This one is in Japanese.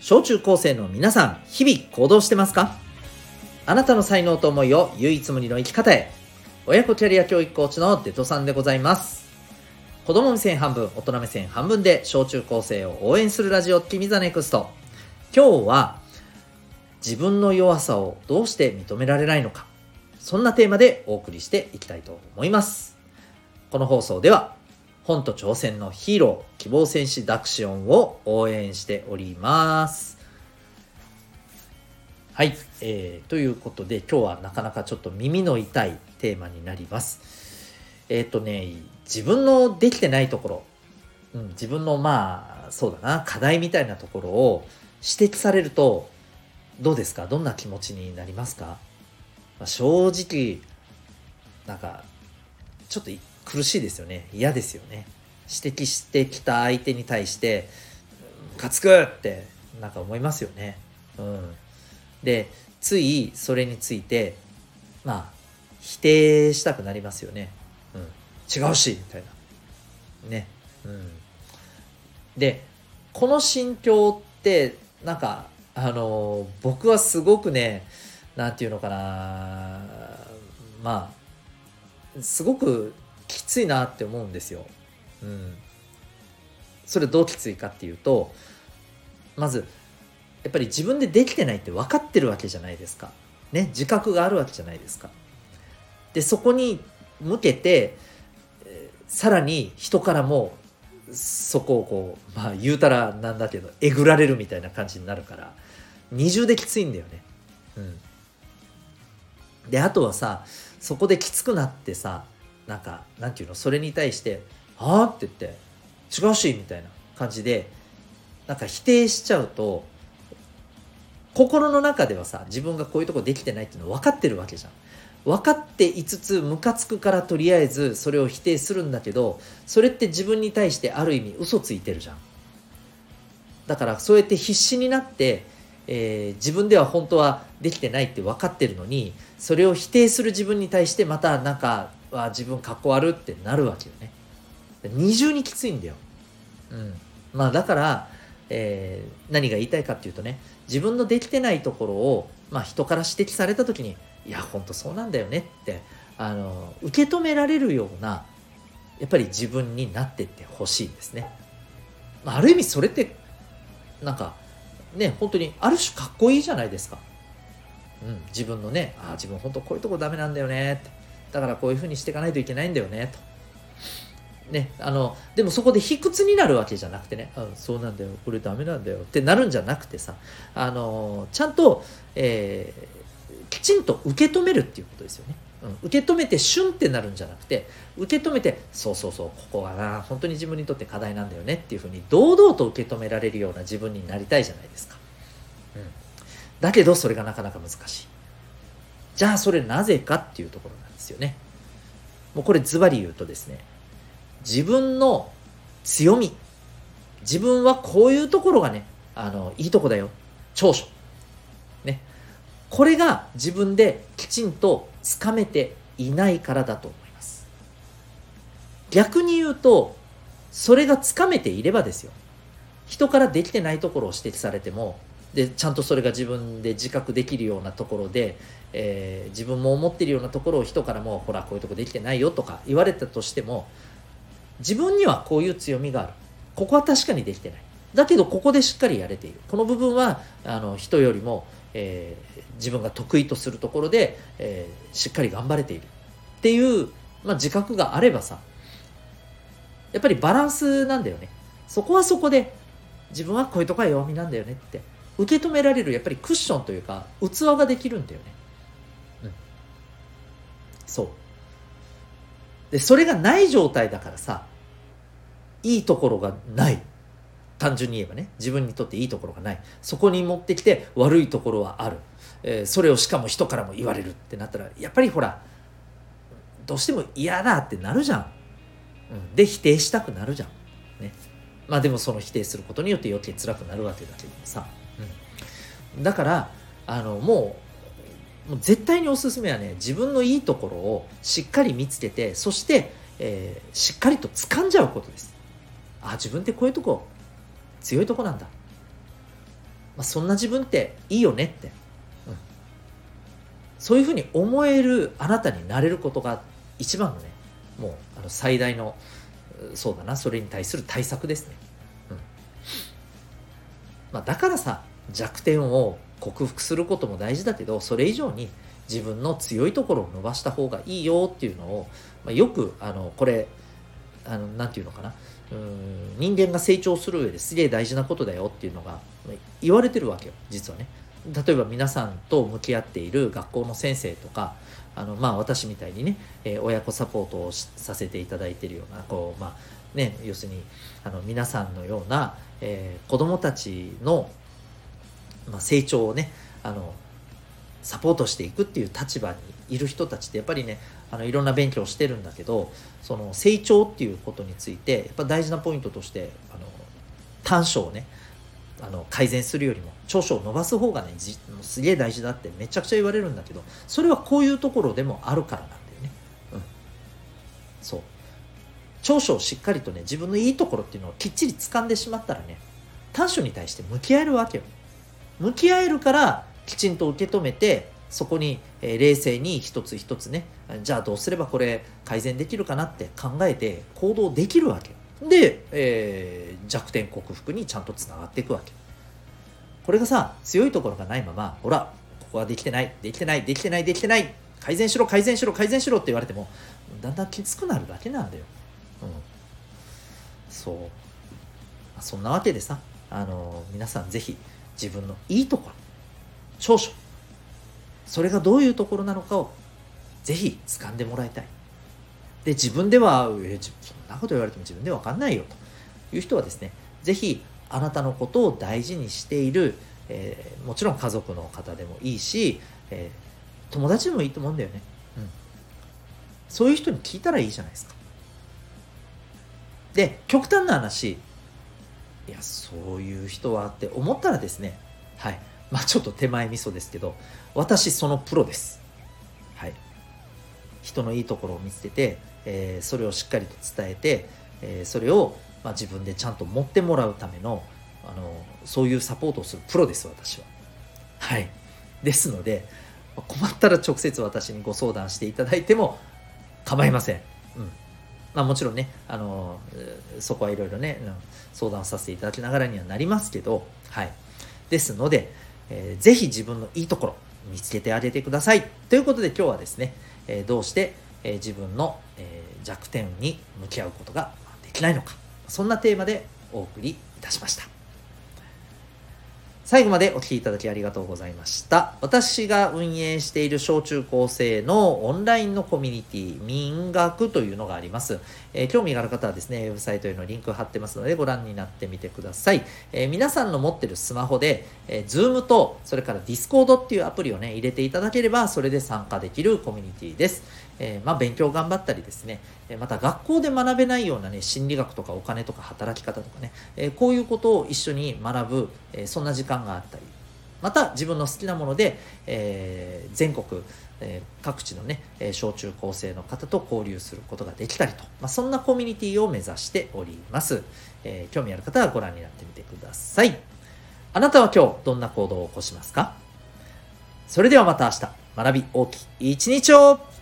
小中高生の皆さん、日々行動してますか？あなたの才能と思いを唯一無二の生き方へ。親子キャリア教育コーチのデトさんでございます。子供目線半分、大人目線半分で小中高生を応援するラジオ君ザネクスト。今日は自分の弱さをどうして認められないのか、そんなテーマでお送りしていきたいと思います。この放送では本と挑戦のヒーロー、希望戦士ダクシオンを応援しております。はい、ということで今日はなかなかちょっと耳の痛いテーマになります。自分のできてないところ、自分のそうだな、課題みたいなところを指摘されるとどうですか？どんな気持ちになりますか？正直なんかちょっと苦しいですよね。嫌ですよね。指摘してきた相手に対してムカつくってなんか思いますよね。でついそれについて否定したくなりますよね。違うしみたいなね。でこの心境って僕はすごくね、なんていうのかな、すごくきついなって思うんですよ。それどうきついかっていうと、まずやっぱり自分でできてないって分かってるわけじゃないですか。ね、自覚があるわけじゃないですか。でそこに向けて、さらに人からもそこを言うたらなんだけどえぐられるみたいな感じになるから二重できついんだよね。であとはさ、そこできつくなってさ、なんていうの、それに対してはあって言って違うしみたいな感じで否定しちゃうと、心の中ではさ、自分がこういうとこできてないっていうの分かってるわけじゃん。分かっていつつムカつくからとりあえずそれを否定するんだけど、それって自分に対してある意味嘘ついてるじゃん。だからそうやって必死になって、自分では本当はできてないって分かってるのに、それを否定する自分に対してまた自分かっこ悪ってなるわけよね。二重にきついんだよ。だから、何が言いたいかっていうとね、自分のできてないところを、人から指摘された時に、いや本当そうなんだよねって受け止められるようなやっぱり自分になってってほしいんですね。ある意味それって本当にある種かっこいいじゃないですか。自分のね、自分本当こういうとこダメなんだよねって、だからこういう風にしていかないといけないんだよねとね、でもそこで卑屈になるわけじゃなくてね、そうなんだよ、これダメなんだよってなるんじゃなくてさ、ちゃんと、きちんと受け止めるっていうことですよね。受け止めてシュンってなるんじゃなくて、受け止めてそうここがな本当に自分にとって課題なんだよねっていうふうに堂々と受け止められるような自分になりたいじゃないですか。だけどそれがなかなか難しい。じゃあそれなぜかっていうところなんですよね。もうこれズバリ言うとですね、自分の強み、自分はこういうところがね、いいとこだよ、長所ね、これが自分できちんとつかめていないからだと思います。逆に言うと、それがつかめていればですよ、人からできてないところを指摘されても、でちゃんとそれが自分で自覚できるようなところで、自分も思っているようなところを人からもほらこういうとこできてないよとか言われたとしても、自分にはこういう強みがある、ここは確かにできてない、だけどここでしっかりやれている、この部分は人よりも、自分が得意とするところで、しっかり頑張れているっていう、自覚があればさ、やっぱりバランスなんだよね。そこはそこで自分はこういうとこは弱みなんだよねって受け止められる、やっぱりクッションというか器ができるんだよね。そうで、それがない状態だからさ、いいところがない、単純に言えばね、自分にとっていいところがない、そこに持ってきて悪いところはある、それをしかも人からも言われるってなったら、やっぱりほらどうしても嫌だってなるじゃん。で否定したくなるじゃんね。でもその否定することによって余計辛くなるわけだけどさ、だからもう絶対におすすめはね、自分のいいところをしっかり見つけて、そして、しっかりと掴んじゃうことです。自分ってこういうとこ強いとこなんだ、 そんな自分っていいよねって、そういうふうに思えるあなたになれることが一番のね、もう最大の、そうだな、それに対する対策ですね。だからさ、弱点を克服することも大事だけど、それ以上に自分の強いところを伸ばした方がいいよっていうのを、よくこれなんていうのかな、人間が成長する上ですげえ大事なことだよっていうのが言われてるわけよ、実はね。例えば皆さんと向き合っている学校の先生とか、私みたいにね、親子サポートをさせていただいているような要するに皆さんのような、子どもたちの、成長をねサポートしていくっていう立場にいる人たちってやっぱりねいろんな勉強をしてるんだけど、その成長っていうことについてやっぱ大事なポイントとして短所をね改善するよりも長所を伸ばす方がねすげえ大事だってめちゃくちゃ言われるんだけど、それはこういうところでもあるからなんだよね。そう、長所をしっかりとね自分のいいところっていうのをきっちり掴んでしまったらね、短所に対して向き合えるわけよ。向き合えるからきちんと受け止めて、そこに冷静に一つ一つね、じゃあどうすればこれ改善できるかなって考えて行動できるわけで、弱点克服にちゃんとつながっていくわけ。これがさ、強いところがないまま、ほらここはできてないできてないできてないできてない、改善しろ改善しろ改善しろって言われてもだんだんきつくなるだけなんだよ。そんなわけでさ、皆さんぜひ自分のいいところ、長所、それがどういうところなのかをぜひ掴んでもらいたい。で、自分ではそんなこと言われても自分では分かんないよという人はですね、ぜひあなたのことを大事にしている、もちろん家族の方でもいいし、友達でもいいと思うんだよね。そういう人に聞いたらいいじゃないですか。で、極端な話、いやそういう人はって思ったらですね、ちょっと手前味噌ですけど、私そのプロです。人のいいところを見つけて、それをしっかりと伝えて、それを、自分でちゃんと持ってもらうためのそういうサポートをするプロです、私は。ですので困ったら直接私にご相談していただいても構いません。もちろんねそこはいろいろね相談させていただきながらにはなりますけど、ですので、ぜひ自分のいいところ見つけてあげてくださいということで、今日はですね、どうして、自分の、弱点に向き合うことができないのか、そんなテーマでお送りいたしました。最後までお聞きいただきありがとうございました。私が運営している小中高生のオンラインのコミュニティ、民学というのがあります。興味がある方はですね、ウェブサイトへのリンク貼ってますのでご覧になってみてください。皆さんの持ってるスマホで、Zoom とそれから Discord っていうアプリをね入れていただければ、それで参加できるコミュニティです。勉強頑張ったりですね、また学校で学べないようなね心理学とかお金とか働き方とかね、こういうことを一緒に学ぶ、そんな時間があったり、また自分の好きなもので、全国、各地のね小中高生の方と交流することができたりと、そんなコミュニティを目指しております。興味ある方はご覧になってみてください。あなたは今日どんな行動を起こしますか？それではまた明日、学び大きい一日を。